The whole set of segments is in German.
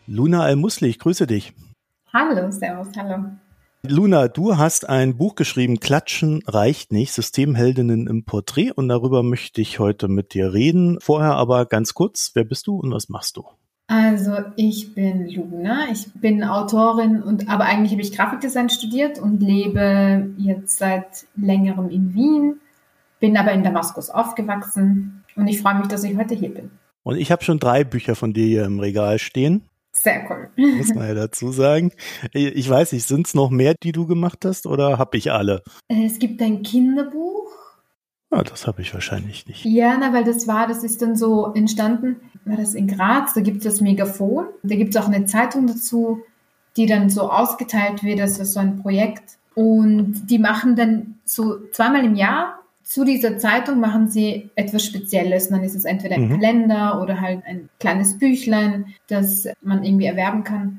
Luna Al-Musli, ich grüße dich. Hallo, servus, hallo. Luna, du hast ein Buch geschrieben, Klatschen reicht nicht, Systemheldinnen im Porträt, und darüber möchte ich heute mit dir reden. Vorher aber ganz kurz, wer bist du und was machst du? Also ich bin Luna, ich bin Autorin, aber eigentlich habe ich Grafikdesign studiert und lebe jetzt seit längerem in Wien, bin aber in Damaskus aufgewachsen und ich freue mich, dass ich heute hier bin. Und ich habe schon 3 Bücher von dir hier im Regal stehen. Sehr cool. Muss man ja dazu sagen. Ich weiß nicht, sind es noch mehr, die du gemacht hast, oder habe ich alle? Es gibt ein Kinderbuch. Ja, das habe ich wahrscheinlich nicht. Ja, weil das ist dann so entstanden, war das in Graz, da gibt es das Megafon. Da gibt es auch eine Zeitung dazu, die dann so ausgeteilt wird, das ist so ein Projekt. Und die machen dann so 2-mal im Jahr zu dieser Zeitung machen sie etwas Spezielles. Und dann ist es entweder ein Kalender oder halt ein kleines Büchlein, das man irgendwie erwerben kann.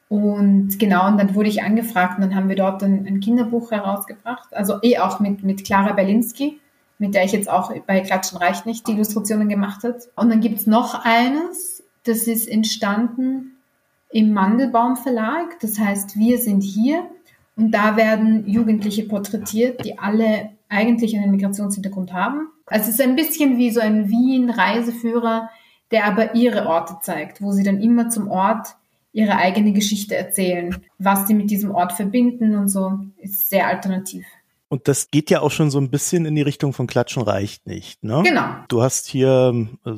Und genau, und dann wurde ich angefragt und dann haben wir dort ein Kinderbuch herausgebracht. Also auch mit Clara Berlinski, mit der ich jetzt auch bei Klatschen reicht nicht die Illustrationen gemacht hat. Und dann gibt's noch eines, das ist entstanden im Mandelbaum Verlag. Das heißt, wir sind hier. Und da werden Jugendliche porträtiert, die alle eigentlich einen Migrationshintergrund haben. Also es ist ein bisschen wie so ein Wien-Reiseführer, der aber ihre Orte zeigt, wo sie dann immer zum Ort ihre eigene Geschichte erzählen, was sie mit diesem Ort verbinden und so. Ist sehr alternativ. Und das geht ja auch schon so ein bisschen in die Richtung von Klatschen reicht nicht, ne? Genau. Du hast hier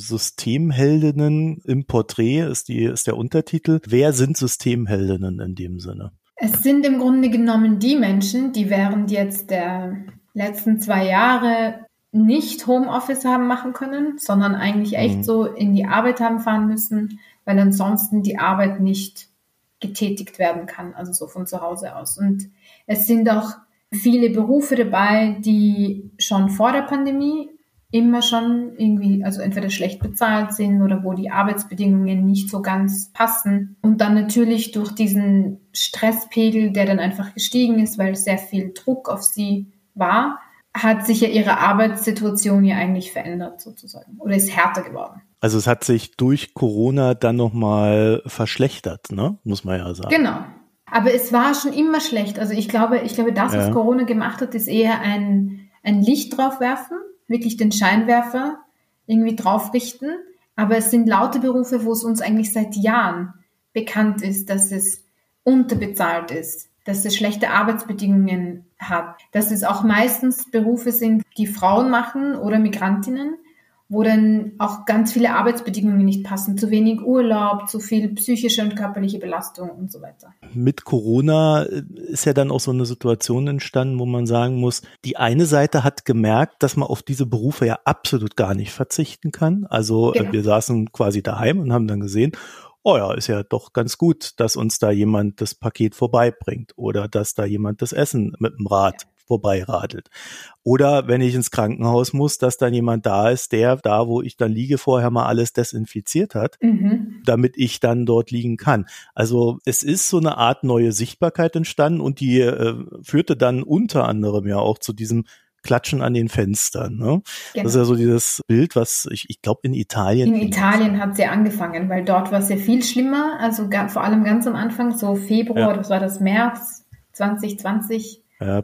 Systemheldinnen im Porträt, ist der Untertitel. Wer sind Systemheldinnen in dem Sinne? Es sind im Grunde genommen die Menschen, die während jetzt der letzten 2 Jahre nicht Homeoffice haben machen können, sondern eigentlich echt so in die Arbeit haben fahren müssen, weil ansonsten die Arbeit nicht getätigt werden kann, also so von zu Hause aus. Und es sind auch viele Berufe dabei, die schon vor der Pandemie immer schon irgendwie, also entweder schlecht bezahlt sind oder wo die Arbeitsbedingungen nicht so ganz passen. Und dann natürlich durch diesen Stresspegel, der dann einfach gestiegen ist, weil sehr viel Druck auf sie war, hat sich ja ihre Arbeitssituation ja eigentlich verändert sozusagen oder ist härter geworden. Also es hat sich durch Corona dann nochmal verschlechtert, ne? Muss man ja sagen. Genau. Aber es war schon immer schlecht. Also ich glaube, das, was Corona gemacht hat, ist eher ein Licht drauf werfen, wirklich den Scheinwerfer irgendwie drauf richten. Aber es sind laute Berufe, wo es uns eigentlich seit Jahren bekannt ist, dass es unterbezahlt ist, dass es schlechte Arbeitsbedingungen hat, dass es auch meistens Berufe sind, die Frauen machen oder Migrantinnen, wo dann auch ganz viele Arbeitsbedingungen nicht passen, zu wenig Urlaub, zu viel psychische und körperliche Belastung und so weiter. Mit Corona ist ja dann auch so eine Situation entstanden, wo man sagen muss, die eine Seite hat gemerkt, dass man auf diese Berufe ja absolut gar nicht verzichten kann. Also wir saßen quasi daheim und haben dann gesehen, oh ja, ist ja doch ganz gut, dass uns da jemand das Paket vorbeibringt oder dass da jemand das Essen mit dem Rad vorbeiradelt. Oder wenn ich ins Krankenhaus muss, dass dann jemand da ist, der da, wo ich dann liege, vorher mal alles desinfiziert hat, damit ich dann dort liegen kann. Also es ist so eine Art neue Sichtbarkeit entstanden und die führte dann unter anderem ja auch zu diesem Klatschen an den Fenstern. Ne? Genau. Das ist ja so dieses Bild, was ich glaube in Italien. In Italien hat es ja angefangen, weil dort war es ja viel schlimmer, also vor allem ganz am Anfang, so Februar, das war das März 2020. Ja,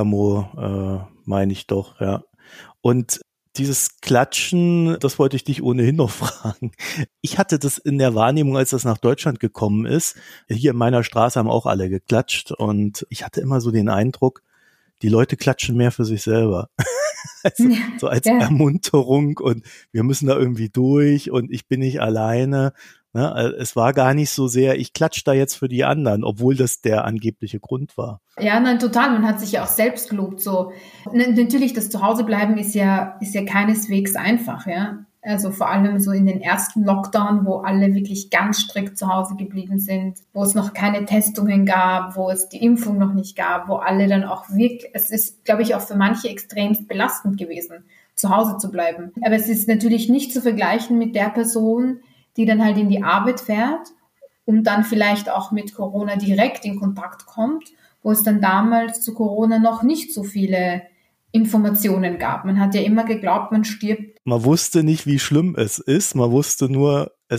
Bergamo meine ich doch, ja. Und dieses Klatschen, das wollte ich dich ohnehin noch fragen. Ich hatte das in der Wahrnehmung, als das nach Deutschland gekommen ist. Hier in meiner Straße haben auch alle geklatscht und ich hatte immer so den Eindruck, die Leute klatschen mehr für sich selber. Also, so als Ermunterung und wir müssen da irgendwie durch und ich bin nicht alleine. Ne? Es war gar nicht so sehr, ich klatsche da jetzt für die anderen, obwohl das der angebliche Grund war. Ja, nein, total. Man hat sich ja auch selbst gelobt. So. Natürlich, das Zuhausebleiben ist ja keineswegs einfach, ja. Also vor allem so in den ersten Lockdown, wo alle wirklich ganz strikt zu Hause geblieben sind, wo es noch keine Testungen gab, wo es die Impfung noch nicht gab, wo alle dann auch wirklich, es ist, glaube ich, auch für manche extremst belastend gewesen, zu Hause zu bleiben. Aber es ist natürlich nicht zu vergleichen mit der Person, die dann halt in die Arbeit fährt und dann vielleicht auch mit Corona direkt in Kontakt kommt, wo es dann damals zu Corona noch nicht so viele Informationen gab. Man hat ja immer geglaubt, man stirbt. Man wusste nicht, wie schlimm es ist. Man wusste nur, es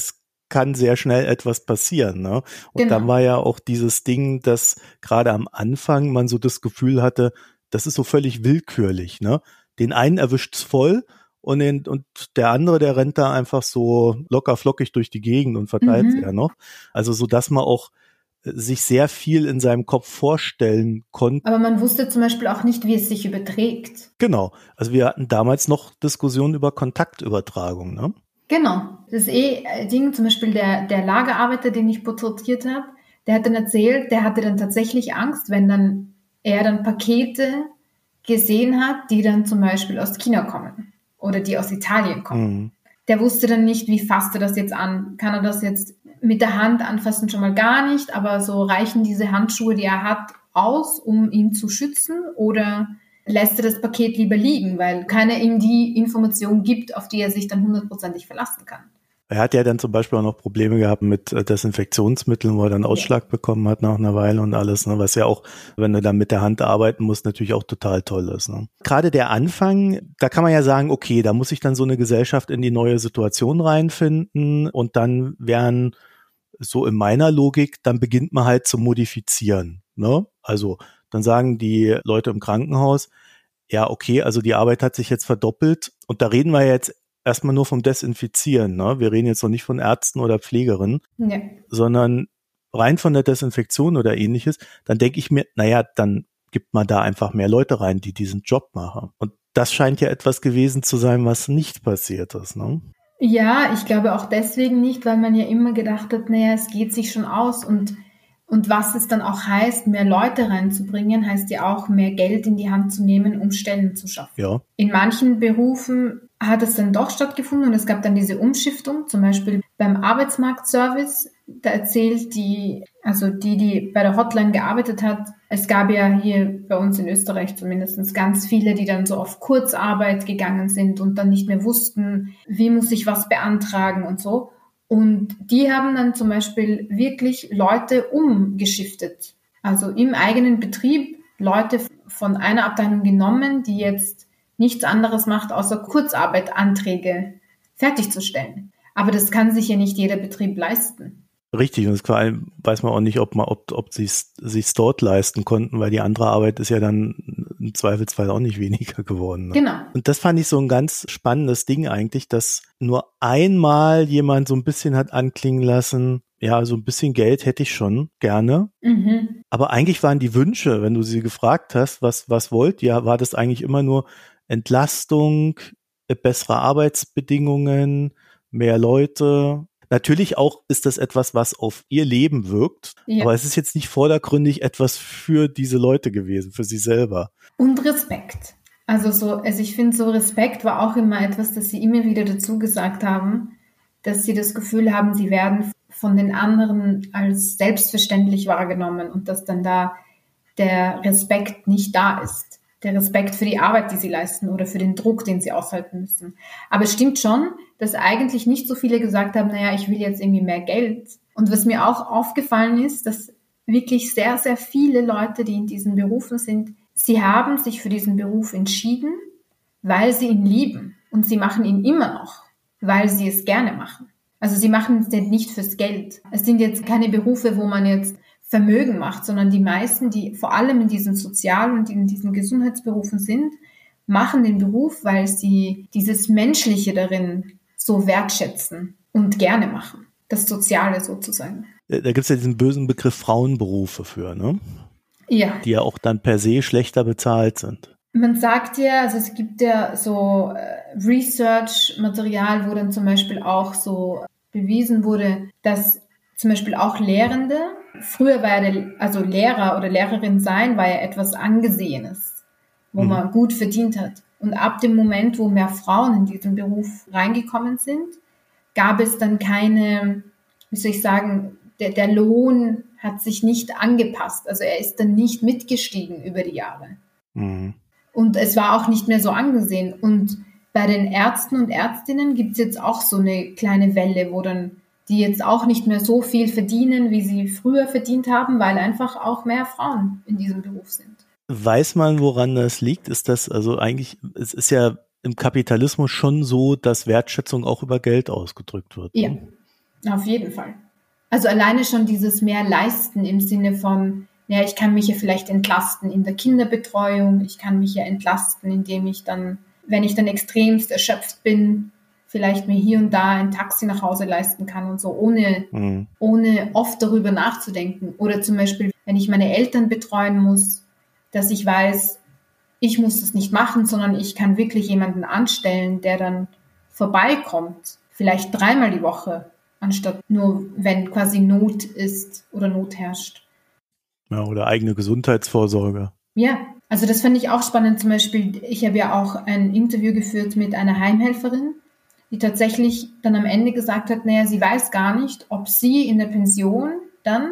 kann sehr schnell etwas passieren. Ne? Und dann war ja auch dieses Ding, dass gerade am Anfang man so das Gefühl hatte, das ist so völlig willkürlich. Ne? Den einen erwischt's voll und der andere, der rennt da einfach so locker flockig durch die Gegend und verteilt ja noch. Also so, dass man auch sich sehr viel in seinem Kopf vorstellen konnte. Aber man wusste zum Beispiel auch nicht, wie es sich überträgt. Genau. Also wir hatten damals noch Diskussionen über Kontaktübertragung, ne? Genau. Das Ding, zum Beispiel der Lagerarbeiter, den ich porträtiert habe, der hat dann erzählt, der hatte dann tatsächlich Angst, wenn er dann Pakete gesehen hat, die dann zum Beispiel aus China kommen oder die aus Italien kommen. Der wusste dann nicht, wie fasst er das jetzt an? Kann er das jetzt mit der Hand anfassen? Schon mal gar nicht, aber so reichen diese Handschuhe, die er hat, aus, um ihn zu schützen, oder lässt er das Paket lieber liegen, weil keiner ihm die Information gibt, auf die er sich dann 100% verlassen kann. Er hat ja dann zum Beispiel auch noch Probleme gehabt mit Desinfektionsmitteln, wo er dann Ausschlag bekommen hat nach einer Weile und alles, ne, was ja auch, wenn du dann mit der Hand arbeiten musst, natürlich auch total toll ist. Ne. Gerade der Anfang, da kann man ja sagen, okay, da muss sich dann so eine Gesellschaft in die neue Situation reinfinden und dann werden, so in meiner Logik, dann beginnt man halt zu modifizieren. Ne? Also dann sagen die Leute im Krankenhaus, ja, okay, also die Arbeit hat sich jetzt verdoppelt und da reden wir jetzt erstmal nur vom Desinfizieren. Ne? Wir reden jetzt noch nicht von Ärzten oder Pflegerinnen, sondern rein von der Desinfektion oder ähnliches. Dann denke ich mir, naja, dann gibt man da einfach mehr Leute rein, die diesen Job machen. Und das scheint ja etwas gewesen zu sein, was nicht passiert ist. Ne? Ja, ich glaube auch deswegen nicht, weil man ja immer gedacht hat, naja, es geht sich schon aus und was es dann auch heißt, mehr Leute reinzubringen, heißt ja auch, mehr Geld in die Hand zu nehmen, um Stellen zu schaffen. Ja. In manchen Berufen hat es dann doch stattgefunden und es gab dann diese Umschiftung, zum Beispiel beim Arbeitsmarktservice. Da erzählt die bei der Hotline gearbeitet hat, es gab ja hier bei uns in Österreich zumindest ganz viele, die dann so auf Kurzarbeit gegangen sind und dann nicht mehr wussten, wie muss ich was beantragen und so. Und die haben dann zum Beispiel wirklich Leute umgeschiftet. Also im eigenen Betrieb Leute von einer Abteilung genommen, die jetzt nichts anderes macht, außer Kurzarbeitanträge fertigzustellen. Aber das kann sich ja nicht jeder Betrieb leisten. Richtig, und vor allem weiß man auch nicht, ob sie es sich dort leisten konnten, weil die andere Arbeit ist ja dann im Zweifelsfall auch nicht weniger geworden. Ne? Genau. Und das fand ich so ein ganz spannendes Ding eigentlich, dass nur einmal jemand so ein bisschen hat anklingen lassen, ja, so ein bisschen Geld hätte ich schon gerne. Aber eigentlich waren die Wünsche, wenn du sie gefragt hast, was wollt ihr, war das eigentlich immer nur Entlastung, bessere Arbeitsbedingungen, mehr Leute. Natürlich auch ist das etwas, was auf ihr Leben wirkt, aber es ist jetzt nicht vordergründig etwas für diese Leute gewesen, für sie selber. Und Respekt. Also ich finde, so Respekt war auch immer etwas, das sie immer wieder dazu gesagt haben, dass sie das Gefühl haben, sie werden von den anderen als selbstverständlich wahrgenommen und dass dann da der Respekt nicht da ist. Der Respekt für die Arbeit, die sie leisten oder für den Druck, den sie aushalten müssen. Aber es stimmt schon, dass eigentlich nicht so viele gesagt haben, naja, ich will jetzt irgendwie mehr Geld. Und was mir auch aufgefallen ist, dass wirklich sehr, sehr viele Leute, die in diesen Berufen sind, sie haben sich für diesen Beruf entschieden, weil sie ihn lieben. Und sie machen ihn immer noch, weil sie es gerne machen. Also sie machen es nicht fürs Geld. Es sind jetzt keine Berufe, wo man jetzt Vermögen macht, sondern die meisten, die vor allem in diesen Sozial- und in diesen Gesundheitsberufen sind, machen den Beruf, weil sie dieses Menschliche darin so wertschätzen und gerne machen. Das Soziale sozusagen. Da gibt es ja diesen bösen Begriff Frauenberufe für, ne? Ja. Die ja auch dann per se schlechter bezahlt sind. Man sagt ja, also es gibt ja so Research-Material, wo dann zum Beispiel auch so bewiesen wurde, dass zum Beispiel auch Lehrende, früher war ja Lehrer oder Lehrerin sein, war ja etwas Angesehenes, wo man gut verdient hat. Und ab dem Moment, wo mehr Frauen in diesen Beruf reingekommen sind, gab es dann keine, wie soll ich sagen, der Lohn hat sich nicht angepasst. Also er ist dann nicht mitgestiegen über die Jahre. Und es war auch nicht mehr so angesehen. Und bei den Ärzten und Ärztinnen gibt es jetzt auch so eine kleine Welle, wo dann die jetzt auch nicht mehr so viel verdienen, wie sie früher verdient haben, weil einfach auch mehr Frauen in diesem Beruf sind. Weiß man, woran das liegt? Ist das also eigentlich, es ist ja im Kapitalismus schon so, dass Wertschätzung auch über Geld ausgedrückt wird. Ja. Ne? Auf jeden Fall. Also alleine schon dieses mehr leisten im Sinne von, ja, ich kann mich ja vielleicht entlasten in der Kinderbetreuung, ich kann mich ja entlasten, indem ich dann, wenn ich dann extremst erschöpft bin, vielleicht mir hier und da ein Taxi nach Hause leisten kann und so, ohne oft darüber nachzudenken. Oder zum Beispiel, wenn ich meine Eltern betreuen muss, dass ich weiß, ich muss das nicht machen, sondern ich kann wirklich jemanden anstellen, der dann vorbeikommt, vielleicht 3-mal die Woche, anstatt nur, wenn quasi Not ist oder Not herrscht. Ja, oder eigene Gesundheitsvorsorge. Ja, also das fand ich auch spannend. Zum Beispiel, ich habe ja auch ein Interview geführt mit einer Heimhelferin, die tatsächlich dann am Ende gesagt hat, naja, sie weiß gar nicht, ob sie in der Pension dann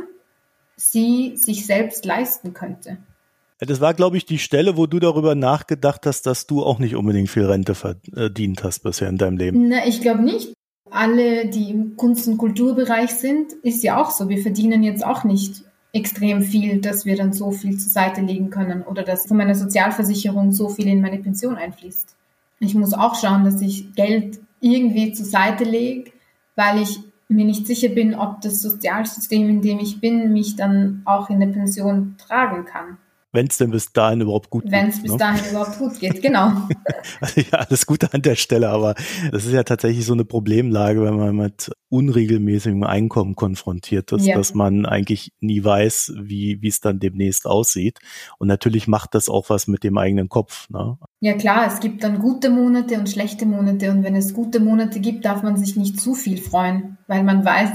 sie sich selbst leisten könnte. Ja, das war, glaube ich, die Stelle, wo du darüber nachgedacht hast, dass du auch nicht unbedingt viel Rente verdient hast bisher in deinem Leben. Na, ich glaube nicht. Alle, die im Kunst- und Kulturbereich sind, ist ja auch so. Wir verdienen jetzt auch nicht extrem viel, dass wir dann so viel zur Seite legen können oder dass von meiner Sozialversicherung so viel in meine Pension einfließt. Ich muss auch schauen, dass ich Geld irgendwie zur Seite lege, weil ich mir nicht sicher bin, ob das Sozialsystem, in dem ich bin, mich dann auch in der Pension tragen kann. Wenn es denn bis dahin überhaupt gut geht. Wenn es bis dahin überhaupt gut geht, genau. Also ja, alles Gute an der Stelle, aber das ist ja tatsächlich so eine Problemlage, wenn man mit unregelmäßigem Einkommen konfrontiert ist, dass man eigentlich nie weiß, wie es dann demnächst aussieht. Und natürlich macht das auch was mit dem eigenen Kopf, ne? Ja klar, es gibt dann gute Monate und schlechte Monate. Und wenn es gute Monate gibt, darf man sich nicht zu viel freuen, weil man weiß,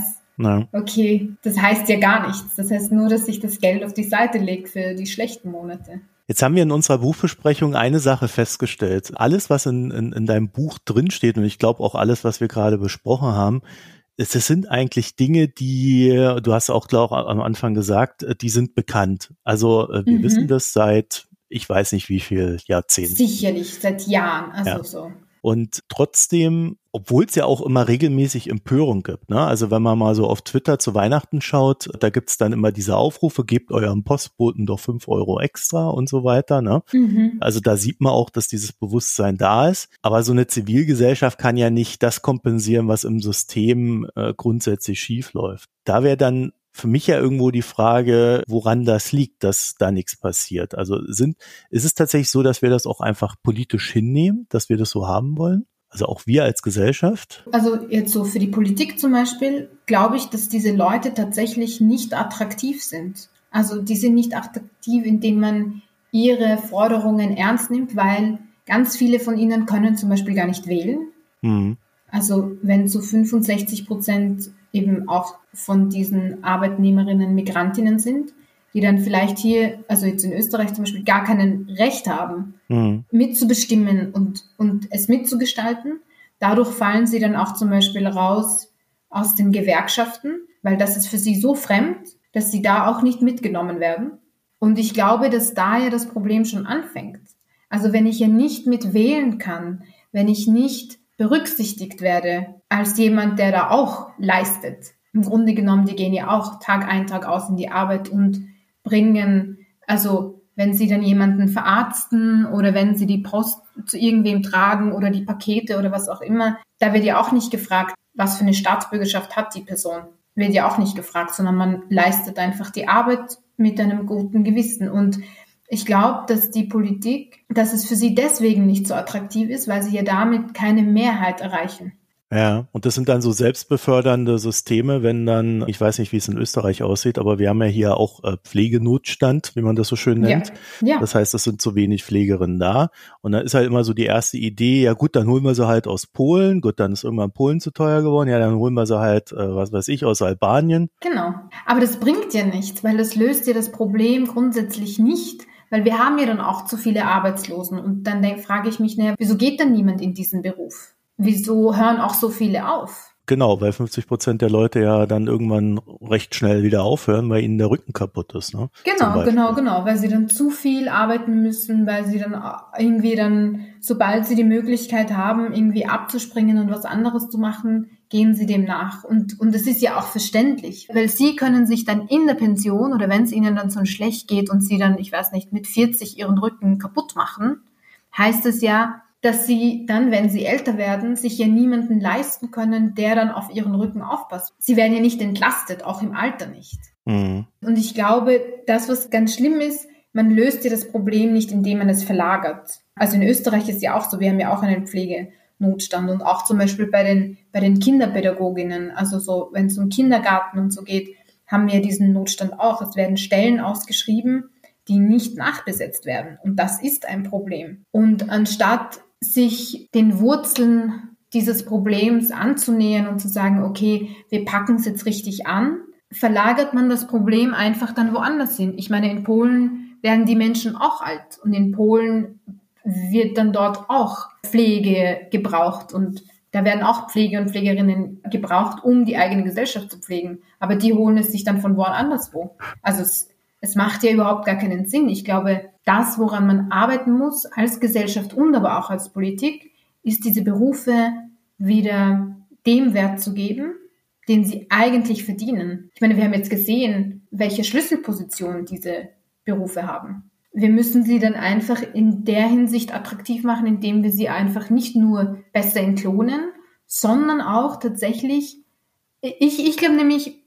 okay, das heißt ja gar nichts. Das heißt nur, dass ich das Geld auf die Seite lege für die schlechten Monate. Jetzt haben wir in unserer Buchbesprechung eine Sache festgestellt. Alles, was in deinem Buch drinsteht, und ich glaube auch alles, was wir gerade besprochen haben, das sind eigentlich Dinge, die, du hast auch, glaube ich, am Anfang gesagt, die sind bekannt. Also wir wissen das seit, ich weiß nicht wie viel Jahrzehnten. Sicherlich, seit Jahren, also so. Und trotzdem, obwohl es ja auch immer regelmäßig Empörung gibt, ne? Also wenn man mal so auf Twitter zu Weihnachten schaut, da gibt's dann immer diese Aufrufe, gebt eurem Postboten doch 5 € extra und so weiter, ne? Also da sieht man auch, dass dieses Bewusstsein da ist. Aber so eine Zivilgesellschaft kann ja nicht das kompensieren, was im System grundsätzlich schief läuft. Da wäre dann für mich ja irgendwo die Frage, woran das liegt, dass da nichts passiert. Also ist es tatsächlich so, dass wir das auch einfach politisch hinnehmen, dass wir das so haben wollen? Also auch wir als Gesellschaft? Also jetzt so für die Politik zum Beispiel, glaube ich, dass diese Leute tatsächlich nicht attraktiv sind. Also die sind nicht attraktiv, indem man ihre Forderungen ernst nimmt, weil ganz viele von ihnen können zum Beispiel gar nicht wählen. Also wenn so 65% eben auch von diesen Arbeitnehmerinnen Migrantinnen sind, die dann vielleicht hier, also jetzt in Österreich zum Beispiel, gar kein Recht haben, mitzubestimmen und es mitzugestalten. Dadurch fallen sie dann auch zum Beispiel raus aus den Gewerkschaften, weil das ist für sie so fremd, dass sie da auch nicht mitgenommen werden. Und ich glaube, dass da ja das Problem schon anfängt. Also wenn ich ja nicht mit wählen kann, wenn ich nicht berücksichtigt werde als jemand, der da auch leistet. Im Grunde genommen, die gehen ja auch Tag ein, Tag aus in die Arbeit und bringen, also wenn sie dann jemanden verarzten oder wenn sie die Post zu irgendwem tragen oder die Pakete oder was auch immer, da wird ja auch nicht gefragt, was für eine Staatsbürgerschaft hat die Person. Wird ja auch nicht gefragt, sondern man leistet einfach die Arbeit mit einem guten Gewissen. Und ich glaube, dass die Politik, dass es für sie deswegen nicht so attraktiv ist, weil sie ja damit keine Mehrheit erreichen. Ja, und das sind dann so selbstbefördernde Systeme, wenn dann, ich weiß nicht, wie es in Österreich aussieht, aber wir haben ja hier auch Pflegenotstand, wie man das so schön nennt. Ja. Das heißt, es sind zu wenig Pflegerinnen da. Und dann ist halt immer so die erste Idee, ja gut, dann holen wir sie halt aus Polen. Gut, dann ist irgendwann Polen zu teuer geworden. Ja, dann holen wir sie halt, was weiß ich, aus Albanien. Genau. Aber das bringt ja nichts, weil das löst ja das Problem grundsätzlich nicht. Weil wir haben ja dann auch zu viele Arbeitslosen. Und dann frage ich mich, naja, wieso geht denn niemand in diesen Beruf? Wieso hören auch so viele auf? Genau, weil 50% der Leute ja dann irgendwann recht schnell wieder aufhören, weil ihnen der Rücken kaputt ist. Ne? Genau, weil sie dann zu viel arbeiten müssen, weil sie dann irgendwie dann, sobald sie die Möglichkeit haben, irgendwie abzuspringen und was anderes zu machen, gehen sie dem nach. Und das ist ja auch verständlich, weil sie können sich dann in der Pension oder wenn es ihnen dann so schlecht geht und sie dann, ich weiß nicht, mit 40 ihren Rücken kaputt machen, heißt es ja, dass sie dann, wenn sie älter werden, sich ja niemanden leisten können, der dann auf ihren Rücken aufpasst. Sie werden ja nicht entlastet, auch im Alter nicht. Mhm. Und ich glaube, das, was ganz schlimm ist, man löst ja das Problem nicht, indem man es verlagert. Also in Österreich ist ja auch so, wir haben ja auch einen Pflegenotstand und auch zum Beispiel bei den Kinderpädagoginnen, also so, wenn es um Kindergarten und so geht, haben wir diesen Notstand auch. Es werden Stellen ausgeschrieben, die nicht nachbesetzt werden. Und das ist ein Problem. Und anstatt sich den Wurzeln dieses Problems anzunähern und zu sagen, okay, wir packen es jetzt richtig an, verlagert man das Problem einfach dann woanders hin. Ich meine, in Polen werden die Menschen auch alt und in Polen wird dann dort auch Pflege gebraucht und da werden auch Pfleger und Pflegerinnen gebraucht, um die eigene Gesellschaft zu pflegen. Aber die holen es sich dann von woanders wo. Also es macht ja überhaupt gar keinen Sinn. Ich glaube, das, woran man arbeiten muss als Gesellschaft und aber auch als Politik, ist diese Berufe wieder dem Wert zu geben, den sie eigentlich verdienen. Ich meine, wir haben jetzt gesehen, welche Schlüsselposition diese Berufe haben. Wir müssen sie dann einfach in der Hinsicht attraktiv machen, indem wir sie einfach nicht nur besser entlohnen, sondern auch tatsächlich, ich glaube nämlich,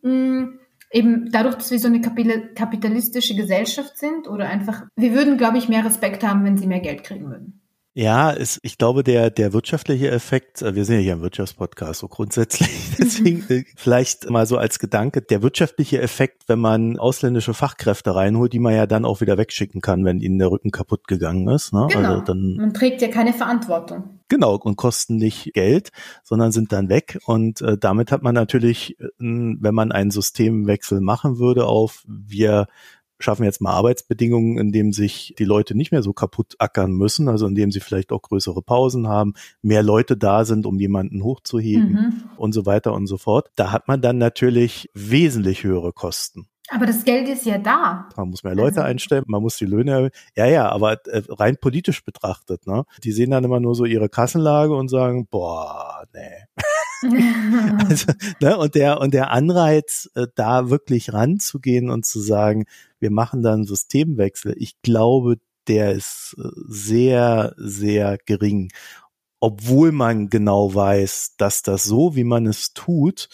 eben dadurch, dass wir so eine kapitalistische Gesellschaft sind oder einfach, wir würden, glaube ich, mehr Respekt haben, wenn sie mehr Geld kriegen würden. Ja, ich glaube, der wirtschaftliche Effekt, wir sind ja hier im Wirtschaftspodcast so grundsätzlich, deswegen vielleicht mal so als Gedanke, der wirtschaftliche Effekt, wenn man ausländische Fachkräfte reinholt, die man ja dann auch wieder wegschicken kann, wenn ihnen der Rücken kaputt gegangen ist. Ne? Genau, also dann, man trägt ja keine Verantwortung. Genau, und kosten nicht Geld, sondern sind dann weg. Und damit hat man natürlich, wenn man einen Systemwechsel machen würde auf, wir schaffen jetzt mal Arbeitsbedingungen, in dem sich die Leute nicht mehr so kaputt ackern müssen, also in dem sie vielleicht auch größere Pausen haben, mehr Leute da sind, um jemanden hochzuheben und so weiter und so fort. Da hat man dann natürlich wesentlich höhere Kosten. Aber das Geld ist ja da. Man muss mehr Leute einstellen, man muss die Löhne erhöhen. Ja, aber rein politisch betrachtet, ne? Die sehen dann immer nur so ihre Kassenlage und sagen, boah, nee. Also, ne? Und der Anreiz, da wirklich ranzugehen und zu sagen, wir machen da einen Systemwechsel, ich glaube, der ist sehr, sehr gering. Obwohl man genau weiß, dass das so, wie man es tut,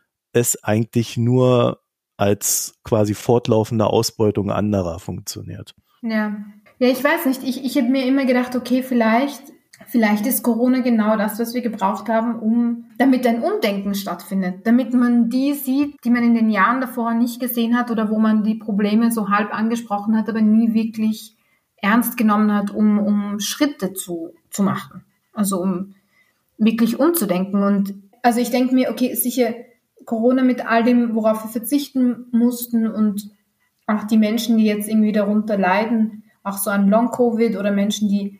es eigentlich nur als quasi fortlaufende Ausbeutung anderer funktioniert. Ja, ich weiß nicht. Ich habe mir immer gedacht, okay, vielleicht ist Corona genau das, was wir gebraucht haben, damit ein Umdenken stattfindet, damit man die sieht, die man in den Jahren davor nicht gesehen hat oder wo man die Probleme so halb angesprochen hat, aber nie wirklich ernst genommen hat, um Schritte zu machen. Also um wirklich umzudenken. Und also ich denke mir, okay, sicher Corona mit all dem, worauf wir verzichten mussten und auch die Menschen, die jetzt irgendwie darunter leiden, auch so an Long-Covid oder Menschen, die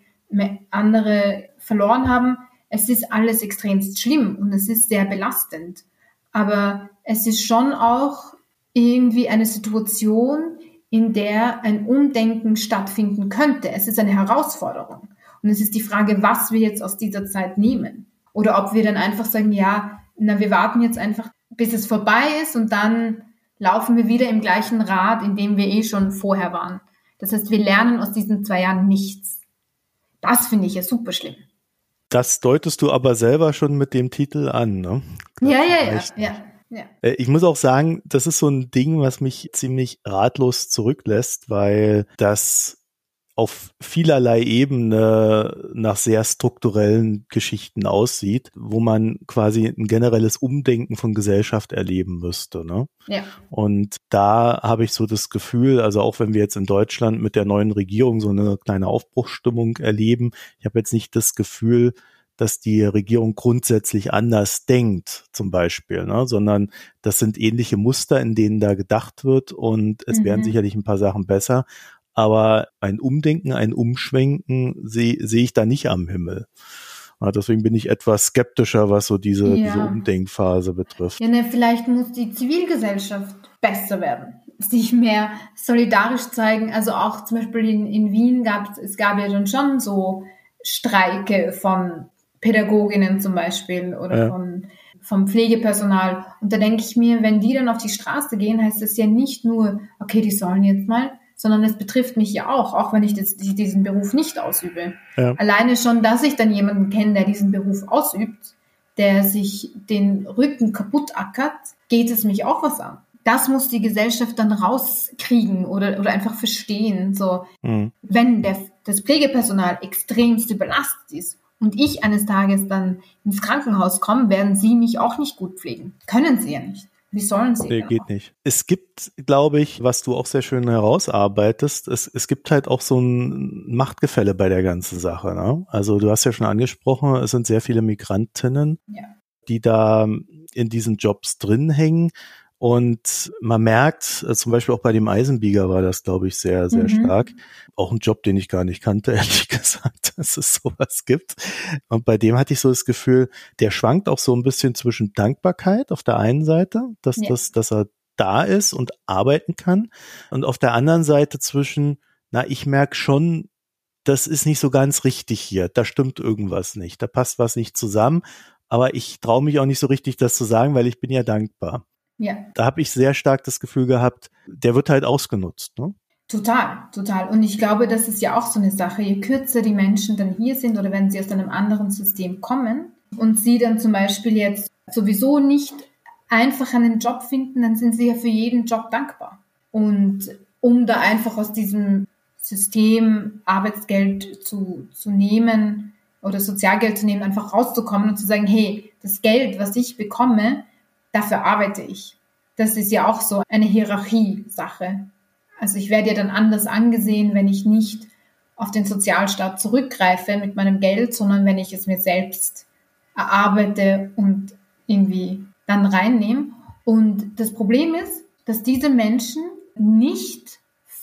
andere verloren haben, es ist alles extremst schlimm und es ist sehr belastend. Aber es ist schon auch irgendwie eine Situation, in der ein Umdenken stattfinden könnte. Es ist eine Herausforderung. Und es ist die Frage, was wir jetzt aus dieser Zeit nehmen. Oder ob wir dann einfach sagen, ja, wir warten jetzt einfach, bis es vorbei ist und dann laufen wir wieder im gleichen Rad, in dem wir schon vorher waren. Das heißt, wir lernen aus diesen 2 Jahren nichts. Das finde ich ja super schlimm. Das deutest du aber selber schon mit dem Titel an, ne? Ja. Ich muss auch sagen, das ist so ein Ding, was mich ziemlich ratlos zurücklässt, weil das auf vielerlei Ebene nach sehr strukturellen Geschichten aussieht, wo man quasi ein generelles Umdenken von Gesellschaft erleben müsste, ne? Ja. Und da habe ich so das Gefühl, also auch wenn wir jetzt in Deutschland mit der neuen Regierung so eine kleine Aufbruchsstimmung erleben, ich habe jetzt nicht das Gefühl, dass die Regierung grundsätzlich anders denkt, zum Beispiel, ne? Sondern das sind ähnliche Muster, in denen da gedacht wird und es werden sicherlich ein paar Sachen besser. Aber ein Umdenken, ein Umschwenken sehe ich da nicht am Himmel. Ja, deswegen bin ich etwas skeptischer, was so diese Umdenkphase betrifft. Ja, vielleicht muss die Zivilgesellschaft besser werden, sich mehr solidarisch zeigen. Also auch zum Beispiel in Wien gab ja dann schon so Streike von Pädagoginnen zum Beispiel oder vom Pflegepersonal. Und da denke ich mir, wenn die dann auf die Straße gehen, heißt das ja nicht nur, okay, die sollen jetzt mal, sondern es betrifft mich ja auch wenn ich diesen Beruf nicht ausübe. Ja. Alleine schon, dass ich dann jemanden kenne, der diesen Beruf ausübt, der sich den Rücken kaputt ackert, geht es mich auch was an. Das muss die Gesellschaft dann rauskriegen oder einfach verstehen. So, wenn das Pflegepersonal extremst überlastet ist und ich eines Tages dann ins Krankenhaus komme, werden sie mich auch nicht gut pflegen. Können sie ja nicht. Wie sollen sie? Nee, geht nicht. Es gibt, glaube ich, was du auch sehr schön herausarbeitest, es gibt halt auch so ein Machtgefälle bei der ganzen Sache. Ne? Also du hast ja schon angesprochen, es sind sehr viele Migrantinnen, die da in diesen Jobs drin hängen. Und man merkt, zum Beispiel auch bei dem Eisenbieger war das, glaube ich, sehr, sehr stark. Auch ein Job, den ich gar nicht kannte, ehrlich gesagt, dass es sowas gibt. Und bei dem hatte ich so das Gefühl, der schwankt auch so ein bisschen zwischen Dankbarkeit auf der einen Seite, dass er da ist und arbeiten kann. Und auf der anderen Seite zwischen, ich merke schon, das ist nicht so ganz richtig hier. Da stimmt irgendwas nicht. Da passt was nicht zusammen. Aber ich traue mich auch nicht so richtig, das zu sagen, weil ich bin ja dankbar. Ja. Da habe ich sehr stark das Gefühl gehabt, der wird halt ausgenutzt. Ne? Total. Und ich glaube, das ist ja auch so eine Sache. Je kürzer die Menschen dann hier sind oder wenn sie aus einem anderen System kommen und sie dann zum Beispiel jetzt sowieso nicht einfach einen Job finden, dann sind sie ja für jeden Job dankbar. Und um da einfach aus diesem System Arbeitsgeld zu nehmen oder Sozialgeld zu nehmen, einfach rauszukommen und zu sagen, hey, das Geld, was ich bekomme, dafür arbeite ich. Das ist ja auch so eine Hierarchie-Sache. Also ich werde ja dann anders angesehen, wenn ich nicht auf den Sozialstaat zurückgreife mit meinem Geld, sondern wenn ich es mir selbst erarbeite und irgendwie dann reinnehme. Und das Problem ist, dass diese Menschen nicht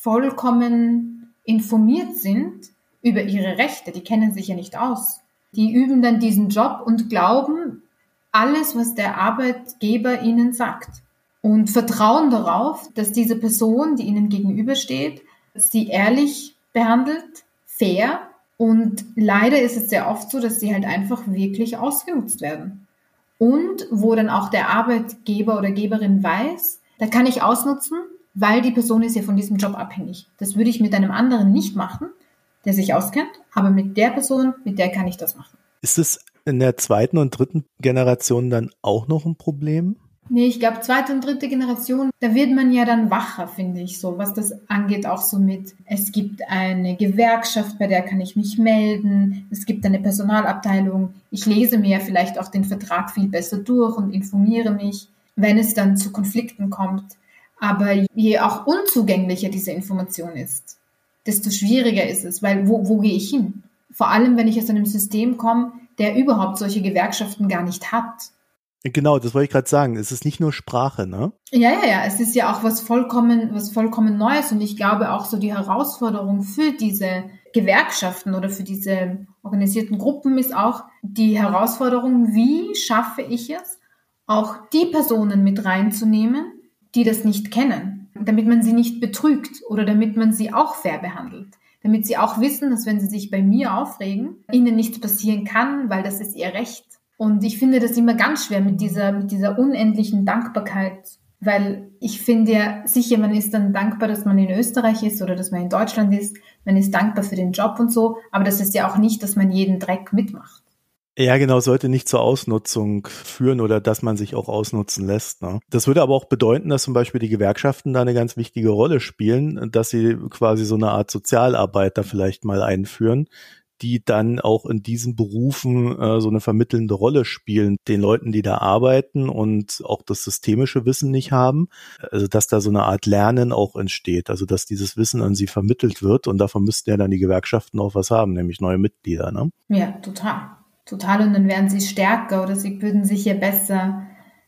vollkommen informiert sind über ihre Rechte. Die kennen sich ja nicht aus. Die üben dann diesen Job und glauben, alles, was der Arbeitgeber ihnen sagt. Und vertrauen darauf, dass diese Person, die ihnen gegenübersteht, sie ehrlich behandelt, fair. Und leider ist es sehr oft so, dass sie halt einfach wirklich ausgenutzt werden. Und wo dann auch der Arbeitgeber oder Geberin weiß, da kann ich ausnutzen, weil die Person ist ja von diesem Job abhängig. Das würde ich mit einem anderen nicht machen, der sich auskennt, aber mit der Person, mit der kann ich das machen. Ist es in der zweiten und dritten Generation dann auch noch ein Problem? Nee, ich glaube, zweite und dritte Generation, da wird man ja dann wacher, finde ich so, was das angeht, auch so mit, es gibt eine Gewerkschaft, bei der kann ich mich melden, es gibt eine Personalabteilung, ich lese mir vielleicht auch den Vertrag viel besser durch und informiere mich, wenn es dann zu Konflikten kommt. Aber je auch unzugänglicher diese Information ist, desto schwieriger ist es, weil wo gehe ich hin? Vor allem, wenn ich aus einem System komme, der überhaupt solche Gewerkschaften gar nicht hat. Genau, das wollte ich gerade sagen. Es ist nicht nur Sprache, ne? Ja. Es ist ja auch was vollkommen Neues und ich glaube auch so die Herausforderung für diese Gewerkschaften oder für diese organisierten Gruppen ist auch die Herausforderung, wie schaffe ich es, auch die Personen mit reinzunehmen, die das nicht kennen, damit man sie nicht betrügt oder damit man sie auch fair behandelt. Damit sie auch wissen, dass wenn sie sich bei mir aufregen, ihnen nichts passieren kann, weil das ist ihr Recht. Und ich finde das immer ganz schwer mit dieser unendlichen Dankbarkeit, weil ich finde ja sicher, man ist dann dankbar, dass man in Österreich ist oder dass man in Deutschland ist, man ist dankbar für den Job und so, aber das ist ja auch nicht, dass man jeden Dreck mitmacht. Ja, genau, sollte nicht zur Ausnutzung führen oder dass man sich auch ausnutzen lässt. Ne? Das würde aber auch bedeuten, dass zum Beispiel die Gewerkschaften da eine ganz wichtige Rolle spielen, dass sie quasi so eine Art Sozialarbeiter vielleicht mal einführen, die dann auch in diesen Berufen so eine vermittelnde Rolle spielen, den Leuten, die da arbeiten und auch das systemische Wissen nicht haben. Also dass da so eine Art Lernen auch entsteht, also dass dieses Wissen an sie vermittelt wird und davon müssten ja dann die Gewerkschaften auch was haben, nämlich neue Mitglieder. Ne? Ja, total. Und dann wären sie stärker oder sie würden sich ja besser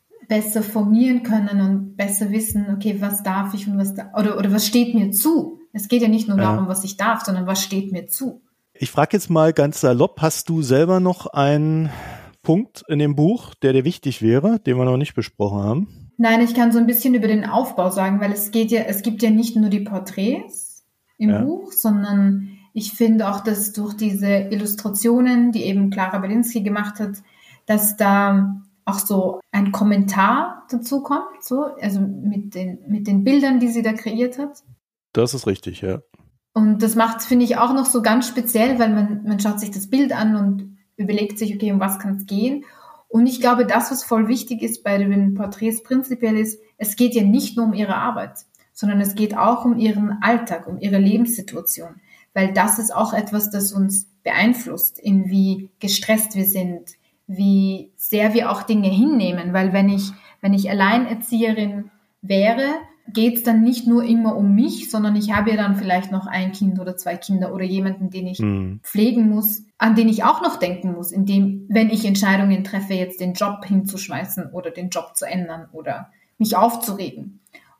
formieren können und besser wissen, okay, was darf ich und oder was steht mir zu. Es geht ja nicht nur darum, was ich darf, sondern was steht mir zu. Ich frage jetzt mal ganz salopp, hast du selber noch einen Punkt in dem Buch, der dir wichtig wäre, den wir noch nicht besprochen haben? Nein, ich kann so ein bisschen über den Aufbau sagen, weil es gibt ja nicht nur die Porträts im Buch, sondern ich finde auch, dass durch diese Illustrationen, die eben Clara Berlinski gemacht hat, dass da auch so ein Kommentar dazu kommt, so, also mit den Bildern, die sie da kreiert hat. Das ist richtig, ja. Und das macht es, finde ich, auch noch so ganz speziell, weil man schaut sich das Bild an und überlegt sich, okay, um was kann es gehen? Und ich glaube, das, was voll wichtig ist bei den Porträts prinzipiell ist, es geht ja nicht nur um ihre Arbeit, sondern es geht auch um ihren Alltag, um ihre Lebenssituation. Weil das ist auch etwas, das uns beeinflusst, in wie gestresst wir sind, wie sehr wir auch Dinge hinnehmen. Weil wenn ich Alleinerzieherin wäre, geht es dann nicht nur immer um mich, sondern ich habe ja dann vielleicht noch ein Kind oder 2 Kinder oder jemanden, den ich pflegen muss, an den ich auch noch denken muss, indem, wenn ich Entscheidungen treffe, jetzt den Job hinzuschmeißen oder den Job zu ändern oder mich aufzuregen.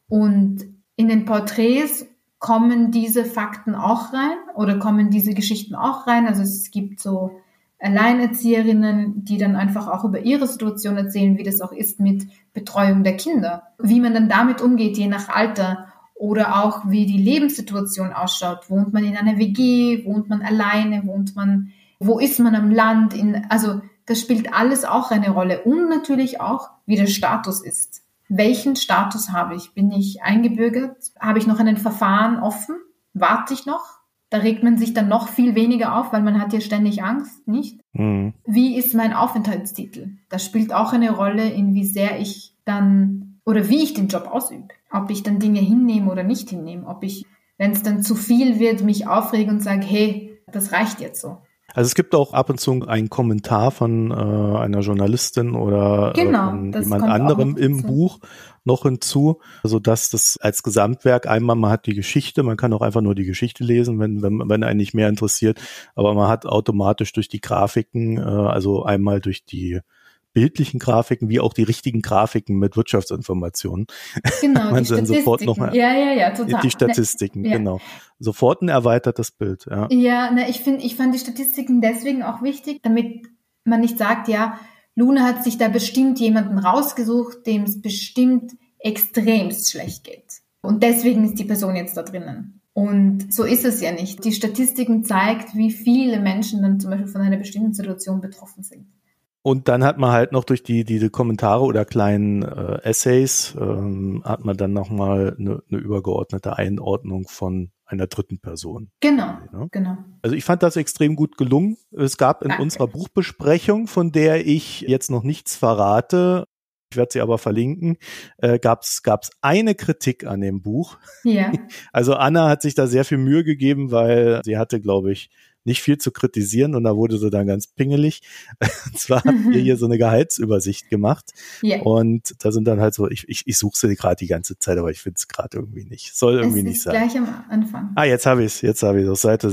Und in den Porträts kommen diese Fakten auch rein oder kommen diese Geschichten auch rein. Also es gibt so Alleinerzieherinnen, die dann einfach auch über ihre Situation erzählen, wie das auch ist mit Betreuung der Kinder, wie man dann damit umgeht, je nach Alter oder auch wie die Lebenssituation ausschaut. Wohnt man in einer WG, wohnt man alleine, wo ist man am Land? Also das spielt alles auch eine Rolle und natürlich auch, wie der Status ist. Welchen Status habe ich? Bin ich eingebürgert? Habe ich noch ein Verfahren offen? Warte ich noch? Da regt man sich dann noch viel weniger auf, weil man hat ja ständig Angst, nicht? Mhm. Wie ist mein Aufenthaltstitel? Das spielt auch eine Rolle, in wie sehr ich dann oder wie ich den Job ausübe. Ob ich dann Dinge hinnehme oder nicht hinnehme. Ob ich, wenn es dann zu viel wird, mich aufrege und sage, hey, das reicht jetzt so. Also es gibt auch ab und zu einen Kommentar von einer Journalistin oder von jemand anderem im Buch noch hinzu, sodass das als Gesamtwerk einmal, man hat die Geschichte, man kann auch einfach nur die Geschichte lesen, wenn einen nicht mehr interessiert, aber man hat automatisch durch die Grafiken, also einmal durch die bildlichen Grafiken, wie auch die richtigen Grafiken mit Wirtschaftsinformationen. Genau, man dann sofort noch mal total. Die Statistiken, genau. Sofort ein erweitertes Bild, ja. Ja, ich fand die Statistiken deswegen auch wichtig, damit man nicht sagt, ja, Luna hat sich da bestimmt jemanden rausgesucht, dem es bestimmt extremst schlecht geht. Und deswegen ist die Person jetzt da drinnen. Und so ist es ja nicht. Die Statistiken zeigt, wie viele Menschen dann zum Beispiel von einer bestimmten Situation betroffen sind. Und dann hat man halt noch durch diese Kommentare oder kleinen Essays, hat man dann nochmal eine übergeordnete Einordnung von einer dritten Person. Genau. Also ich fand das extrem gut gelungen. Es gab in unserer Buchbesprechung, von der ich jetzt noch nichts verrate, ich werde sie aber verlinken, gab's eine Kritik an dem Buch. Ja. Also Anna hat sich da sehr viel Mühe gegeben, weil sie hatte, glaube ich, nicht viel zu kritisieren und da wurde sie dann ganz pingelig. Und zwar habt ihr hier so eine Gehaltsübersicht gemacht. Yeah. Und da sind dann halt so, ich suche sie gerade die ganze Zeit, aber ich finde es gerade irgendwie nicht. Soll irgendwie nicht sein. Gleich am Anfang. Jetzt habe ich es auf Seite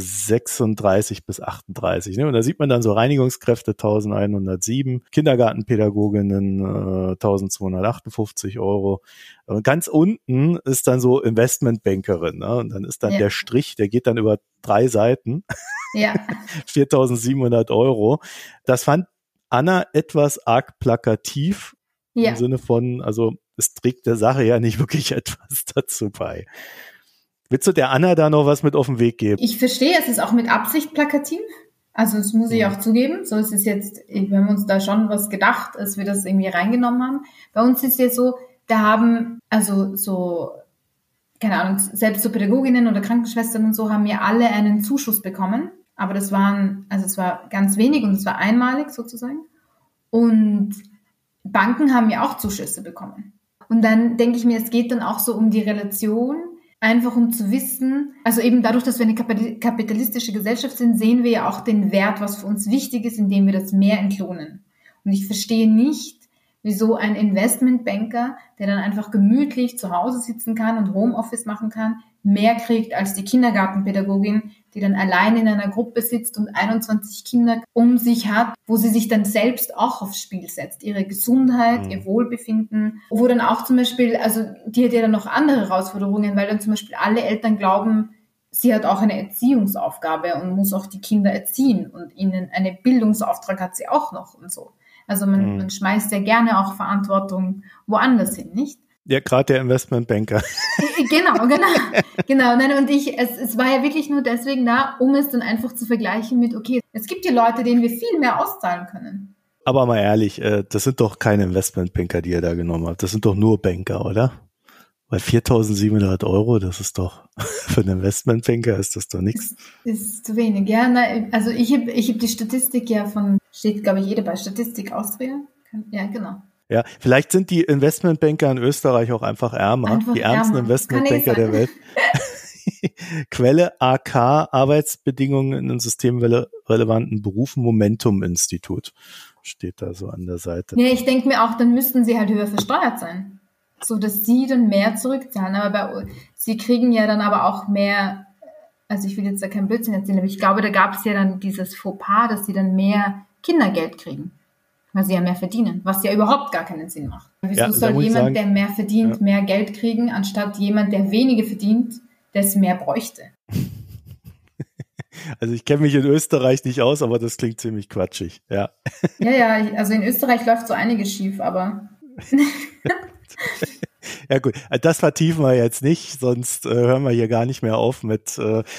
36 bis 38. Ne? Und da sieht man dann so Reinigungskräfte 1107, Kindergartenpädagoginnen 1258 €. Und ganz unten ist dann so Investmentbankerin. Ne? Und dann ist dann der Strich, der geht dann über 3 Seiten. Ja. 4.700 €. Das fand Anna etwas arg plakativ im Sinne von, also es trägt der Sache ja nicht wirklich etwas dazu bei. Willst du der Anna da noch was mit auf den Weg geben? Ich verstehe, es ist auch mit Absicht plakativ. Also das muss ich auch zugeben. So ist es jetzt, wir haben uns da schon was gedacht, als wir das irgendwie reingenommen haben. Bei uns ist es ja so, da haben also so, keine Ahnung, selbst so Pädagoginnen oder Krankenschwestern und so haben ja alle einen Zuschuss bekommen. Aber es war ganz wenig und es war einmalig sozusagen. Und Banken haben ja auch Zuschüsse bekommen. Und dann denke ich mir, es geht dann auch so um die Relation, einfach um zu wissen, also eben dadurch, dass wir eine kapitalistische Gesellschaft sind, sehen wir ja auch den Wert, was für uns wichtig ist, indem wir das mehr entlohnen. Und ich verstehe nicht, wieso ein Investmentbanker, der dann einfach gemütlich zu Hause sitzen kann und Homeoffice machen kann, mehr kriegt als die Kindergartenpädagogin, die dann alleine in einer Gruppe sitzt und 21 Kinder um sich hat, wo sie sich dann selbst auch aufs Spiel setzt. Ihre Gesundheit, ihr Wohlbefinden, wo dann auch zum Beispiel, also die hat ja dann noch andere Herausforderungen, weil dann zum Beispiel alle Eltern glauben, sie hat auch eine Erziehungsaufgabe und muss auch die Kinder erziehen und ihnen einen Bildungsauftrag hat sie auch noch und so. Also man schmeißt ja gerne auch Verantwortung woanders hin, nicht? Ja, gerade der Investmentbanker. Genau. Nein, und es war ja wirklich nur deswegen da, um es dann einfach zu vergleichen mit, okay, es gibt ja Leute, denen wir viel mehr auszahlen können. Aber mal ehrlich, das sind doch keine Investmentbanker, die ihr da genommen habt. Das sind doch nur Banker, oder? Weil 4.700 Euro, das ist doch, für einen Investmentbanker ist das doch nichts. Ist zu wenig, ja. Also ich hab die Statistik ja steht glaube ich jede bei Statistik Austria. Ja, genau. Ja, vielleicht sind die Investmentbanker in Österreich auch einfach ärmer. Die ärmsten Investmentbanker der Welt. Quelle AK, Arbeitsbedingungen in systemrelevanten Berufen, Momentum-Institut. Steht da so an der Seite. Ja, ich denke mir auch, dann müssten sie halt höher versteuert sein. So, dass sie dann mehr zurückzahlen. Aber sie kriegen ja dann aber auch mehr, also ich will jetzt da keinen Blödsinn erzählen, aber ich glaube, da gab es ja dann dieses Fauxpas, dass sie dann mehr Kindergeld kriegen. Weil sie ja mehr verdienen, was ja überhaupt gar keinen Sinn macht. Wieso soll jemand, der mehr verdient, mehr Geld kriegen, anstatt jemand, der weniger verdient, der es mehr bräuchte? Also ich kenne mich in Österreich nicht aus, aber das klingt ziemlich quatschig, ja. Ja, also in Österreich läuft so einiges schief, aber... Ja gut, das vertiefen wir jetzt nicht, sonst hören wir hier gar nicht mehr auf mit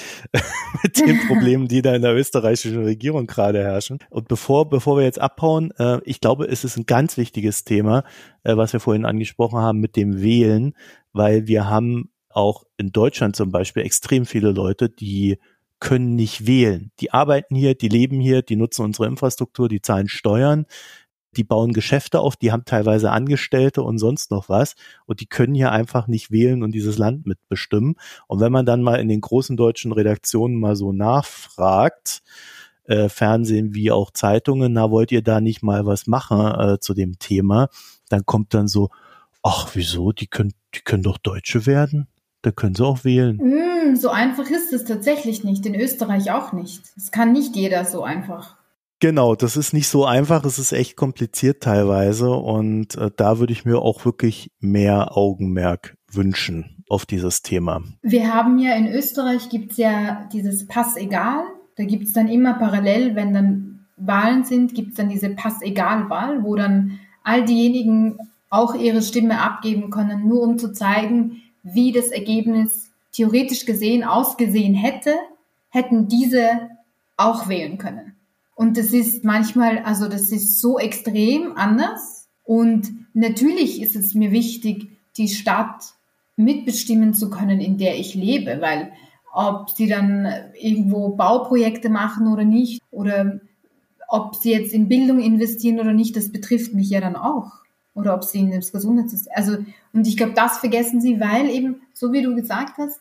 den Problemen, die da in der österreichischen Regierung gerade herrschen. Und bevor wir jetzt abhauen, ich glaube, es ist ein ganz wichtiges Thema, was wir vorhin angesprochen haben mit dem Wählen, weil wir haben auch in Deutschland zum Beispiel extrem viele Leute, die können nicht wählen. Die arbeiten hier, die leben hier, die nutzen unsere Infrastruktur, die zahlen Steuern, die bauen Geschäfte auf, die haben teilweise Angestellte und sonst noch was und die können hier einfach nicht wählen und dieses Land mitbestimmen. Und wenn man dann mal in den großen deutschen Redaktionen mal so nachfragt, Fernsehen wie auch Zeitungen, na, wollt ihr da nicht mal was machen zu dem Thema, dann kommt dann so, ach wieso, die können doch Deutsche werden, da können sie auch wählen. So einfach ist es tatsächlich nicht, in Österreich auch nicht. Es kann nicht jeder so einfach. Genau, das ist nicht so einfach, es ist echt kompliziert teilweise und da würde ich mir auch wirklich mehr Augenmerk wünschen auf dieses Thema. Wir haben ja in Österreich gibt's ja dieses Pass-Egal, da gibt's dann immer parallel, wenn dann Wahlen sind, gibt's dann diese Pass-Egal-Wahl, wo dann all diejenigen auch ihre Stimme abgeben können, nur um zu zeigen, wie das Ergebnis theoretisch gesehen ausgesehen hätten diese auch wählen können. Und das ist manchmal, also das ist so extrem anders. Und natürlich ist es mir wichtig, die Stadt mitbestimmen zu können, in der ich lebe, weil ob sie dann irgendwo Bauprojekte machen oder nicht, oder ob sie jetzt in Bildung investieren oder nicht, das betrifft mich ja dann auch. Oder ob sie in das Gesundheitssystem, also, und ich glaube, das vergessen sie, weil eben, so wie du gesagt hast,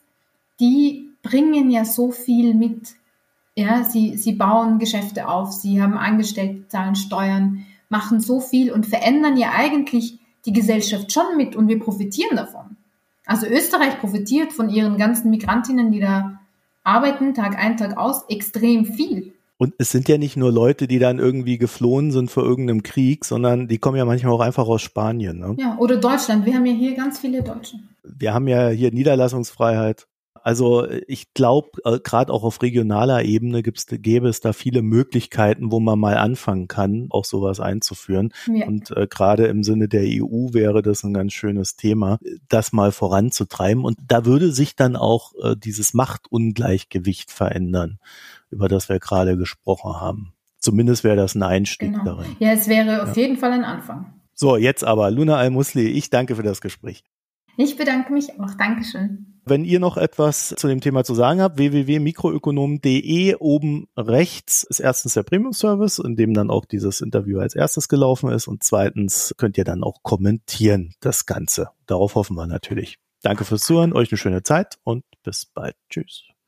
die bringen ja so viel mit. Ja, sie bauen Geschäfte auf, sie haben Angestellte, zahlen Steuern, machen so viel und verändern ja eigentlich die Gesellschaft schon mit und wir profitieren davon. Also Österreich profitiert von ihren ganzen Migrantinnen, die da arbeiten, Tag ein, Tag aus, extrem viel. Und es sind ja nicht nur Leute, die dann irgendwie geflohen sind vor irgendeinem Krieg, sondern die kommen ja manchmal auch einfach aus Spanien. Ne? Ja, oder Deutschland. Wir haben ja hier ganz viele Deutsche. Wir haben ja hier Niederlassungsfreiheit. Also ich glaube, gerade auch auf regionaler Ebene gäbe es da viele Möglichkeiten, wo man mal anfangen kann, auch sowas einzuführen. Ja. Und gerade im Sinne der EU wäre das ein ganz schönes Thema, das mal voranzutreiben. Und da würde sich dann auch dieses Machtungleichgewicht verändern, über das wir gerade gesprochen haben. Zumindest wäre das ein Einstieg darin. Ja, es wäre auf jeden Fall ein Anfang. So, jetzt aber, Luna Al-Musli, ich danke für das Gespräch. Ich bedanke mich auch. Dankeschön. Wenn ihr noch etwas zu dem Thema zu sagen habt, www.mikroökonom.de, oben rechts ist erstens der Premium-Service, in dem dann auch dieses Interview als erstes gelaufen ist und zweitens könnt ihr dann auch kommentieren das Ganze. Darauf hoffen wir natürlich. Danke fürs Zuhören, euch eine schöne Zeit und bis bald. Tschüss.